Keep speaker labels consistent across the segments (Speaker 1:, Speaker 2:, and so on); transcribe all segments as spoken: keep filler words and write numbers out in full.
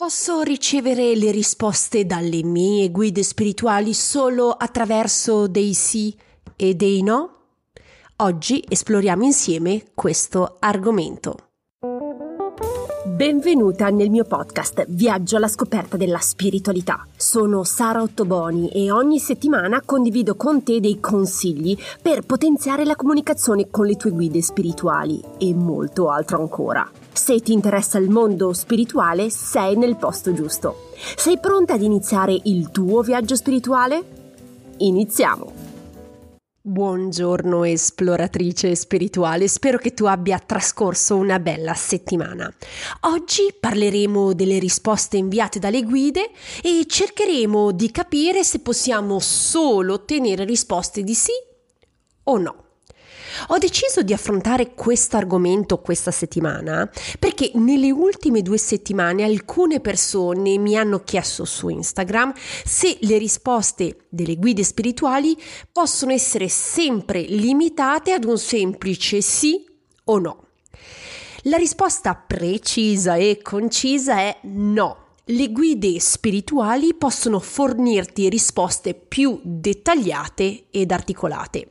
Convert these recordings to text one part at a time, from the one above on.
Speaker 1: Posso ricevere le risposte dalle mie guide spirituali solo attraverso dei sì e dei no? Oggi esploriamo insieme questo argomento.
Speaker 2: Benvenuta nel mio podcast Viaggio alla scoperta della spiritualità. Sono Sara Ottoboni e ogni settimana condivido con te dei consigli per potenziare la comunicazione con le tue guide spirituali e molto altro ancora. Se ti interessa il mondo spirituale, sei nel posto giusto. Sei pronta ad iniziare il tuo viaggio spirituale? Iniziamo!
Speaker 1: Buongiorno esploratrice spirituale, spero che tu abbia trascorso una bella settimana. Oggi parleremo delle risposte inviate dalle guide e cercheremo di capire se possiamo solo ottenere risposte di sì o no. Ho deciso di affrontare questo argomento questa settimana perché nelle ultime due settimane alcune persone mi hanno chiesto su Instagram se le risposte delle guide spirituali possono essere sempre limitate ad un semplice sì o no. La risposta precisa e concisa è no. Le guide spirituali possono fornirti risposte più dettagliate ed articolate.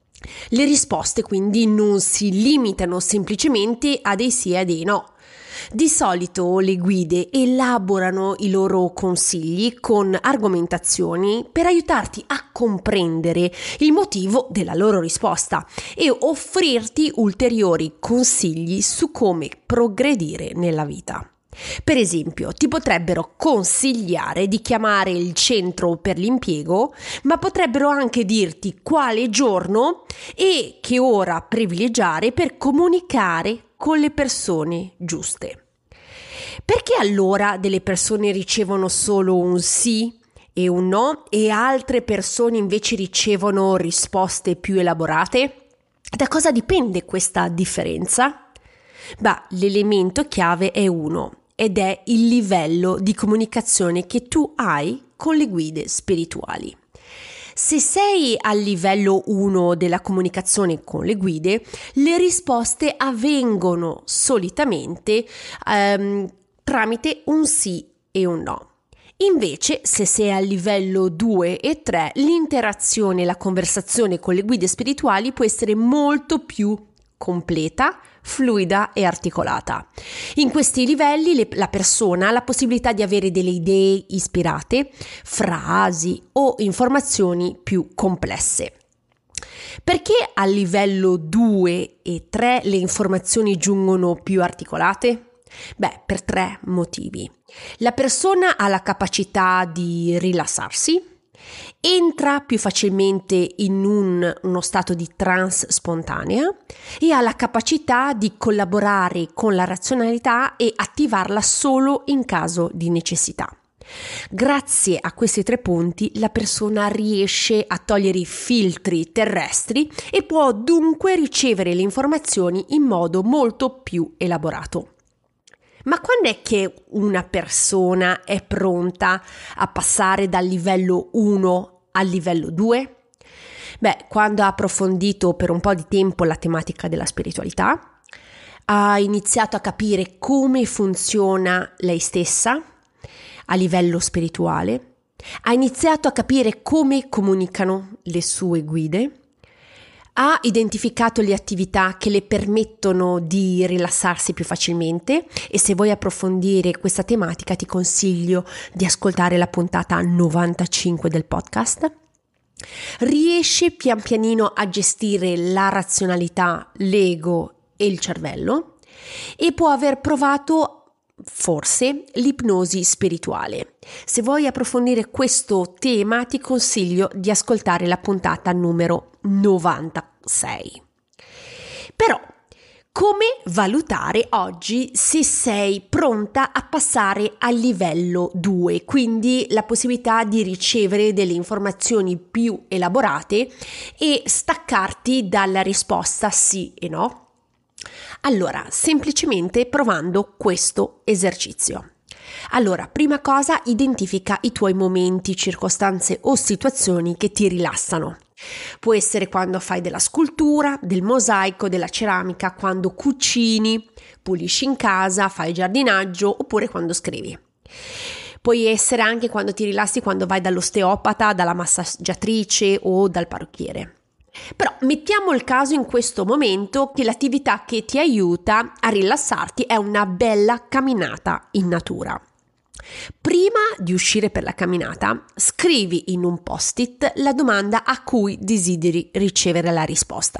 Speaker 1: Le risposte quindi non si limitano semplicemente a dei sì e a dei no. Di solito le guide elaborano i loro consigli con argomentazioni per aiutarti a comprendere il motivo della loro risposta e offrirti ulteriori consigli su come progredire nella vita. Per esempio, ti potrebbero consigliare di chiamare il centro per l'impiego, ma potrebbero anche dirti quale giorno e che ora privilegiare per comunicare con le persone giuste. Perché allora delle persone ricevono solo un sì e un no e altre persone invece ricevono risposte più elaborate? Da cosa dipende questa differenza? Beh, l'elemento chiave è uno. Ed è il livello di comunicazione che tu hai con le guide spirituali. Se sei al livello uno della comunicazione con le guide, le risposte avvengono solitamente ehm, tramite un sì e un no. Invece, se sei al livello due e tre, l'interazione e la conversazione con le guide spirituali può essere molto più completa, fluida e articolata. In questi livelli le, la persona ha la possibilità di avere delle idee ispirate, frasi o informazioni più complesse. Perché a livello due e tre le informazioni giungono più articolate? Beh, per tre motivi. La persona ha la capacità di rilassarsi, entra più facilmente in un, uno stato di trance spontanea e ha la capacità di collaborare con la razionalità e attivarla solo in caso di necessità. Grazie a questi tre punti la persona riesce a togliere i filtri terrestri e può dunque ricevere le informazioni in modo molto più elaborato. Ma quando è che una persona è pronta a passare dal livello uno al livello due? Beh, quando ha approfondito per un po' di tempo la tematica della spiritualità, ha iniziato a capire come funziona lei stessa a livello spirituale, ha iniziato a capire come comunicano le sue guide, ha identificato le attività che le permettono di rilassarsi più facilmente e se vuoi approfondire questa tematica ti consiglio di ascoltare la puntata novantacinque del podcast. Riesce pian pianino a gestire la razionalità, l'ego e il cervello e può aver provato forse l'ipnosi spirituale. Se vuoi approfondire questo tema ti consiglio di ascoltare la puntata numero novantasei. Però come valutare oggi se sei pronta a passare al livello due, quindi la possibilità di ricevere delle informazioni più elaborate e staccarti dalla risposta sì e no? Allora, semplicemente provando questo esercizio. Allora, prima cosa, identifica i tuoi momenti, circostanze o situazioni che ti rilassano. Può essere quando fai della scultura, del mosaico, della ceramica, quando cucini, pulisci in casa, fai giardinaggio oppure quando scrivi. Puoi essere anche quando ti rilassi quando vai dall'osteopata, dalla massaggiatrice o dal parrucchiere. Però mettiamo il caso in questo momento che l'attività che ti aiuta a rilassarti è una bella camminata in natura. Prima di uscire per la camminata, scrivi in un post-it la domanda a cui desideri ricevere la risposta.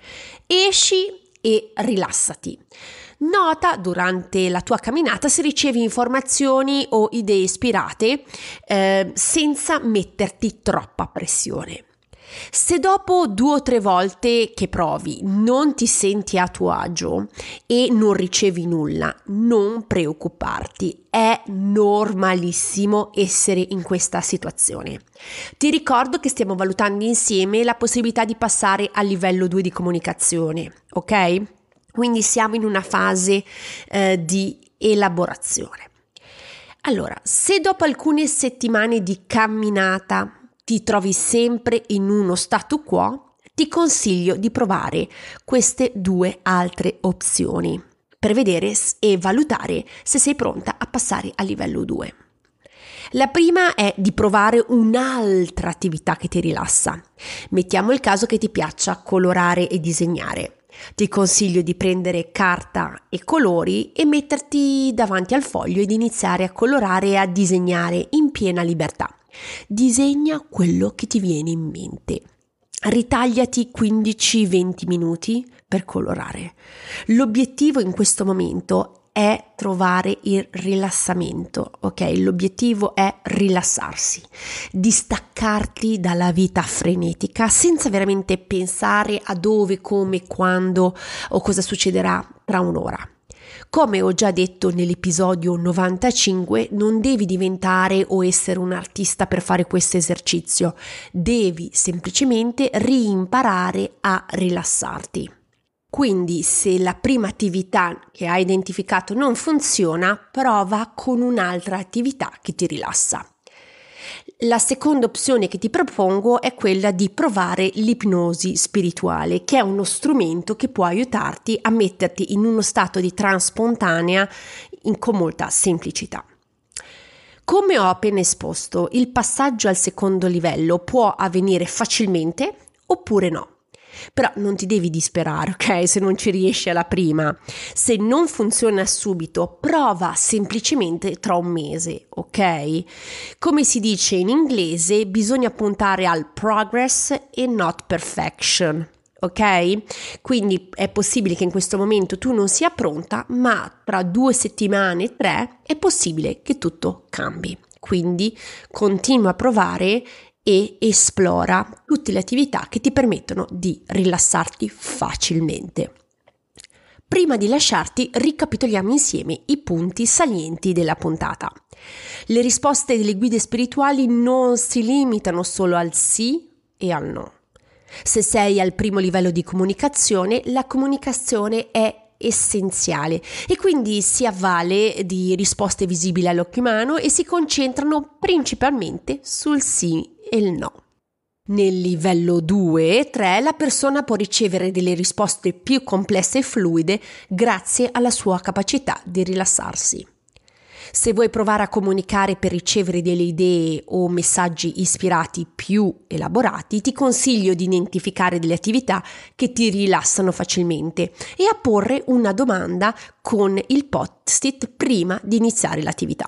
Speaker 1: Esci e rilassati. Nota durante la tua camminata se ricevi informazioni o idee ispirate eh, senza metterti troppa pressione. Se dopo due o tre volte che provi non ti senti a tuo agio e non ricevi nulla, non preoccuparti, è normalissimo essere in questa situazione. Ti ricordo che stiamo valutando insieme la possibilità di passare al livello due di comunicazione, ok? Quindi siamo in una fase eh, di elaborazione. Allora, se dopo alcune settimane di camminata ti trovi sempre in uno statu quo, ti consiglio di provare queste due altre opzioni per vedere e valutare se sei pronta a passare al livello due. La prima è di provare un'altra attività che ti rilassa. Mettiamo il caso che ti piaccia colorare e disegnare. Ti consiglio di prendere carta e colori e metterti davanti al foglio ed iniziare a colorare e a disegnare in piena libertà. Disegna quello che ti viene in mente. Ritagliati quindici venti minuti per colorare. L'obiettivo in questo momento è trovare il rilassamento, ok? L'obiettivo è rilassarsi, distaccarti dalla vita frenetica senza veramente pensare a dove, come, quando o cosa succederà tra un'ora. Come ho già detto nell'episodio novantacinque, non devi diventare o essere un artista per fare questo esercizio, devi semplicemente reimparare a rilassarti. Quindi se la prima attività che hai identificato non funziona, prova con un'altra attività che ti rilassa. La seconda opzione che ti propongo è quella di provare l'ipnosi spirituale, che è uno strumento che può aiutarti a metterti in uno stato di trance spontanea in, con molta semplicità. Come ho appena esposto, il passaggio al secondo livello può avvenire facilmente oppure no. Però non ti devi disperare, ok? Se non ci riesci alla prima. Se non funziona subito, prova semplicemente tra un mese, ok? Come si dice in inglese, bisogna puntare al progress e not perfection, ok? Quindi è possibile che in questo momento tu non sia pronta, ma tra due settimane, tre, è possibile che tutto cambi. Quindi continua a provare e esplora tutte le attività che ti permettono di rilassarti facilmente. Prima di lasciarti, ricapitoliamo insieme i punti salienti della puntata. Le risposte delle guide spirituali non si limitano solo al sì e al no. Se sei al primo livello di comunicazione, la comunicazione è essenziale e quindi si avvale di risposte visibili all'occhio umano e si concentrano principalmente sul sì e il no. Nel livello due e tre la persona può ricevere delle risposte più complesse e fluide grazie alla sua capacità di rilassarsi. Se vuoi provare a comunicare per ricevere delle idee o messaggi ispirati più elaborati, ti consiglio di identificare delle attività che ti rilassano facilmente e a porre una domanda con il post-it prima di iniziare l'attività.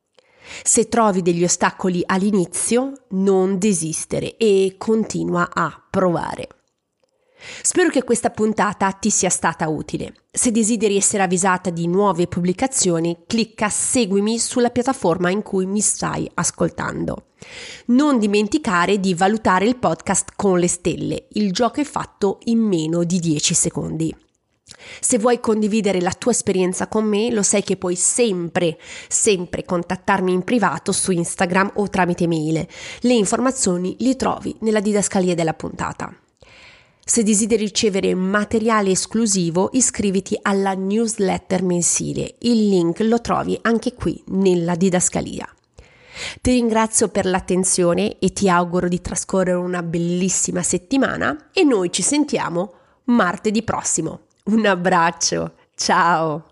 Speaker 1: Se trovi degli ostacoli all'inizio, non desistere e continua a provare. Spero che questa puntata ti sia stata utile. Se desideri essere avvisata di nuove pubblicazioni, clicca seguimi sulla piattaforma in cui mi stai ascoltando. Non dimenticare di valutare il podcast con le stelle. Il gioco è fatto in meno di dieci secondi. Se vuoi condividere la tua esperienza con me, lo sai che puoi sempre, sempre contattarmi in privato su Instagram o tramite mail. Le informazioni le trovi nella didascalia della puntata. Se desideri ricevere materiale esclusivo, iscriviti alla newsletter mensile. Il link lo trovi anche qui nella didascalia. Ti ringrazio per l'attenzione e ti auguro di trascorrere una bellissima settimana e noi ci sentiamo martedì prossimo. Un abbraccio, ciao!